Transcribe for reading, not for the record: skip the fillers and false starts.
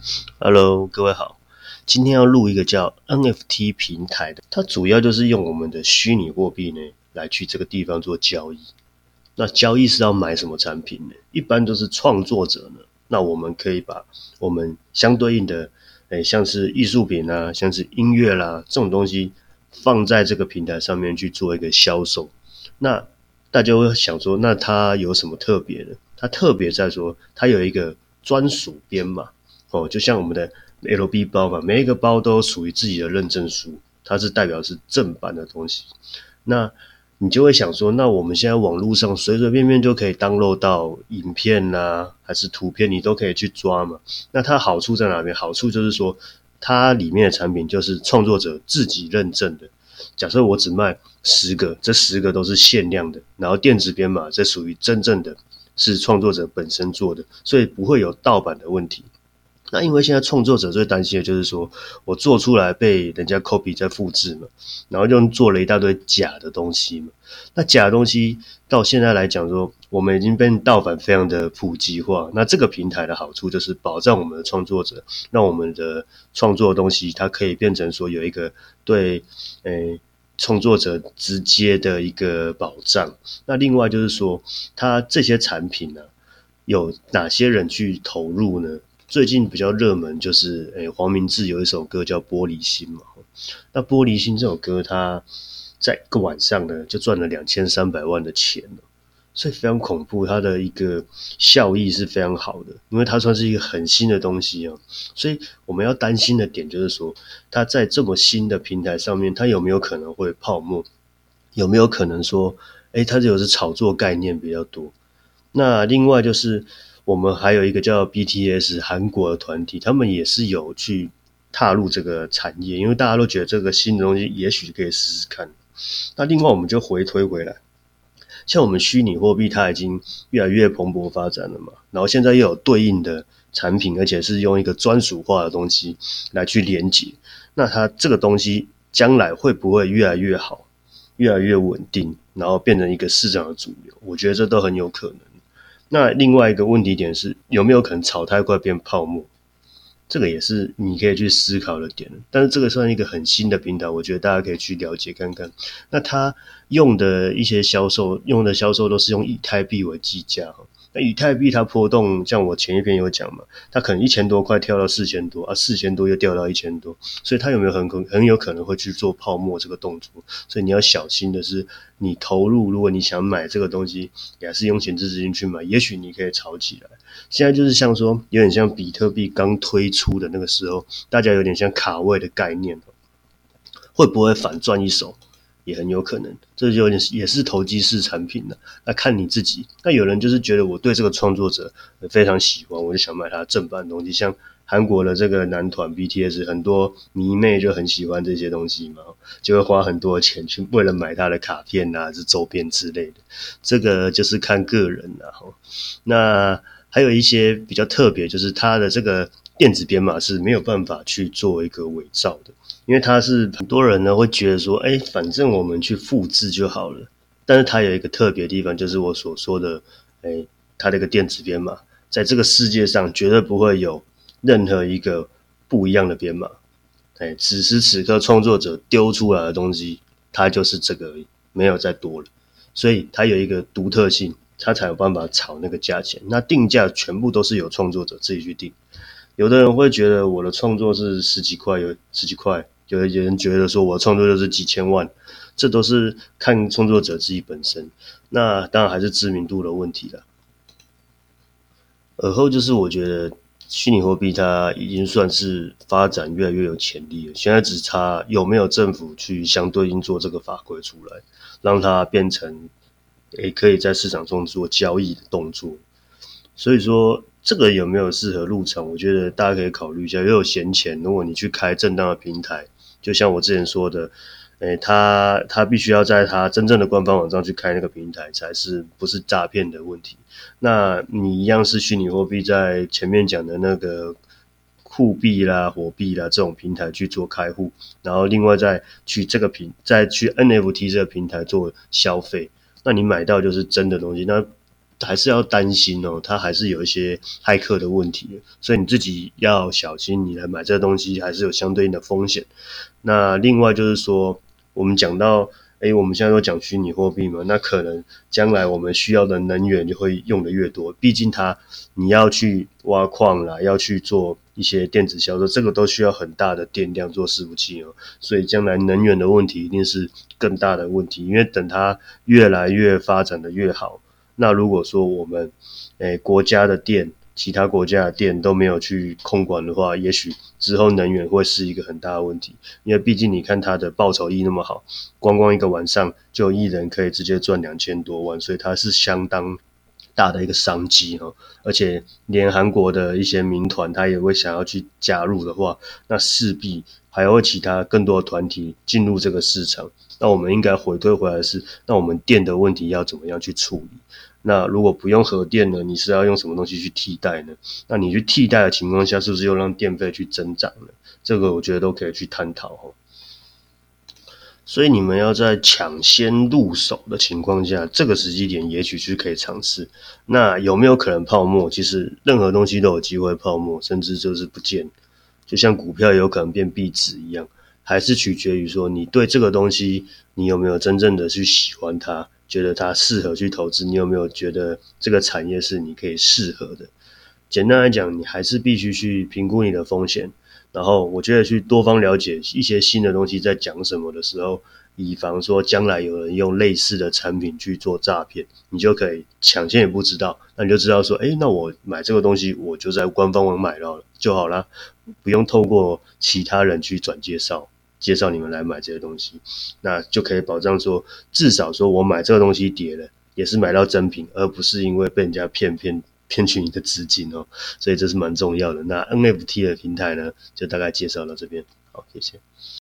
Hello，各位好。今天要录一个叫 NFT 平台的，它主要就是用我们的虚拟货币呢来去这个地方做交易。那交易是要买什么产品呢？一般都是创作者呢，那我们可以把我们相对应的，像是艺术品啊，像是音乐啦这种东西放在这个平台上面去做一个销售。那大家会想说，那它有什么特别的？它特别在说，它有一个专属编码。就像我们的 LB 包嘛，每一个包都属于自己的认证书，它是代表是正版的东西。那你就会想说，那我们现在网络上随随便便就可以 download 到影片啊，还是图片，你都可以去抓嘛。那它好处在哪边？好处就是说，它里面的产品就是创作者自己认证的。假设我只卖10个，这10个都是限量的，然后电子编码这属于真正的，是创作者本身做的，所以不会有盗版的问题。那因为现在创作者最担心的就是说，我做出来被人家 copy 再复制嘛，然后就做了一大堆假的东西嘛。那假的东西到现在来讲说，我们已经被盗版非常的普及化。那这个平台的好处就是保障我们的创作者，让我们的创作的东西它可以变成说有一个对创作者直接的一个保障。那另外就是说，它这些产品呢，有哪些人去投入呢？最近比较热门就是黄明志有一首歌叫玻璃心嘛，那玻璃心这首歌它在一个晚上呢就赚了2300万的钱了，所以非常恐怖，它的一个效益是非常好的，因为它算是一个很新的东西所以我们要担心的点就是说，它在这么新的平台上面，它有没有可能会泡沫，有没有可能说它只有是炒作概念比较多。那另外就是我们还有一个叫 BTS 韩国的团体，他们也是有去踏入这个产业，因为大家都觉得这个新的东西也许可以试试看。那另外我们就回推回来，像我们虚拟货币它已经越来越蓬勃发展了嘛，然后现在又有对应的产品，而且是用一个专属化的东西来去连结，那它这个东西将来会不会越来越好，越来越稳定，然后变成一个市场的主流？我觉得这都很有可能。那另外一个问题点是，有没有可能炒太快变泡沫？这个也是你可以去思考的点。但是这个算一个很新的平台，我觉得大家可以去了解看看。那它用的一些销售都是用以太币为计价。那以太币它波动，像我前一篇有讲嘛，它可能1000多块跳到4000多，4000多又掉到1000多，所以它有没有很有可能会去做泡沫这个动作？所以你要小心的是，你投入，如果你想买这个东西，也是用闲置资金去买，也许你可以炒起来。现在就是像说，有点像比特币刚推出的那个时候，大家有点像卡位的概念，会不会反赚一手？也很有可能，这就有点也是投机式产品了。那看你自己。那有人就是觉得我对这个创作者非常喜欢，我就想买他正版的东西，像韩国的这个男团 BTS， 很多迷妹就很喜欢这些东西嘛，就会花很多钱去为了买他的卡片啊，是周边之类的。这个就是看个人啦。那还有一些比较特别，就是它的这个电子编码是没有办法去做一个伪造的。因为它是很多人呢会觉得说，反正我们去复制就好了。但是它有一个特别的地方，就是我所说的，它的一个电子编码，在这个世界上绝对不会有任何一个不一样的编码。此时此刻创作者丢出来的东西，它就是这个而已，没有再多了。所以它有一个独特性，它才有办法炒那个价钱。那定价全部都是由创作者自己去定。有的人会觉得我的创作是十几块，有的人觉得说我的创作就是几千万，这都是看创作者自己本身。那当然还是知名度的问题啦。而后就是我觉得虚拟货币它已经算是发展越来越有潜力了，现在只差有没有政府去相对应做这个法规出来，让它变成可以在市场中做交易的动作。所以说这个有没有适合入场，我觉得大家可以考虑一下。又有闲钱，如果你去开正当的平台，就像我之前说的，他必须要在他真正的官方网站去开那个平台，才是不是诈骗的问题。那你一样是虚拟货币，在前面讲的那个酷币啦、火币啦这种平台去做开户，然后另外再去再去 NFT 这个平台做消费，那你买到就是真的东西。那还是要担心哦，它还是有一些骇客的问题，所以你自己要小心，你来买这个东西还是有相对应的风险。那另外就是说，我们讲到，我们现在都讲虚拟货币嘛，那可能将来我们需要的能源就会用的越多，毕竟你要去挖矿啦，要去做一些电子销售，这个都需要很大的电量做伺服器哦，所以将来能源的问题一定是更大的问题，因为等它越来越发展的越好，那如果说我们国家的电，其他国家的电都没有去控管的话，也许之后能源会是一个很大的问题。因为毕竟你看它的报酬率那么好，光一个晚上就有艺人可以直接赚2000多万，所以它是相当大的一个商机哦。而且连韩国的一些民团，他也会想要去加入的话，那势必还会其他更多的团体进入这个市场。那我们应该回推回来的是，那我们电的问题要怎么样去处理？那如果不用核电呢，你是要用什么东西去替代呢？那你去替代的情况下，是不是又让电费去增长呢？这个我觉得都可以去探讨哦。所以你们要在抢先入手的情况下，这个时机点也许是可以尝试。那有没有可能泡沫？其实任何东西都有机会泡沫，甚至就是不见。就像股票也有可能变壁纸一样，还是取决于说你对这个东西，你有没有真正的去喜欢它，觉得它适合去投资，你有没有觉得这个产业是你可以适合的。简单来讲，你还是必须去评估你的风险，然后我觉得去多方了解一些新的东西在讲什么的时候，以防说将来有人用类似的产品去做诈骗，你就可以抢先也不知道，那你就知道说，那我买这个东西我就在官方网买到了就好啦，不用透过其他人去转介绍你们来买这些东西，那就可以保障说，至少说我买这个东西跌了，也是买到真品，而不是因为被人家骗取你的资金哦，所以这是蛮重要的。那 NFT 的平台呢，就大概介绍到这边，好，谢谢。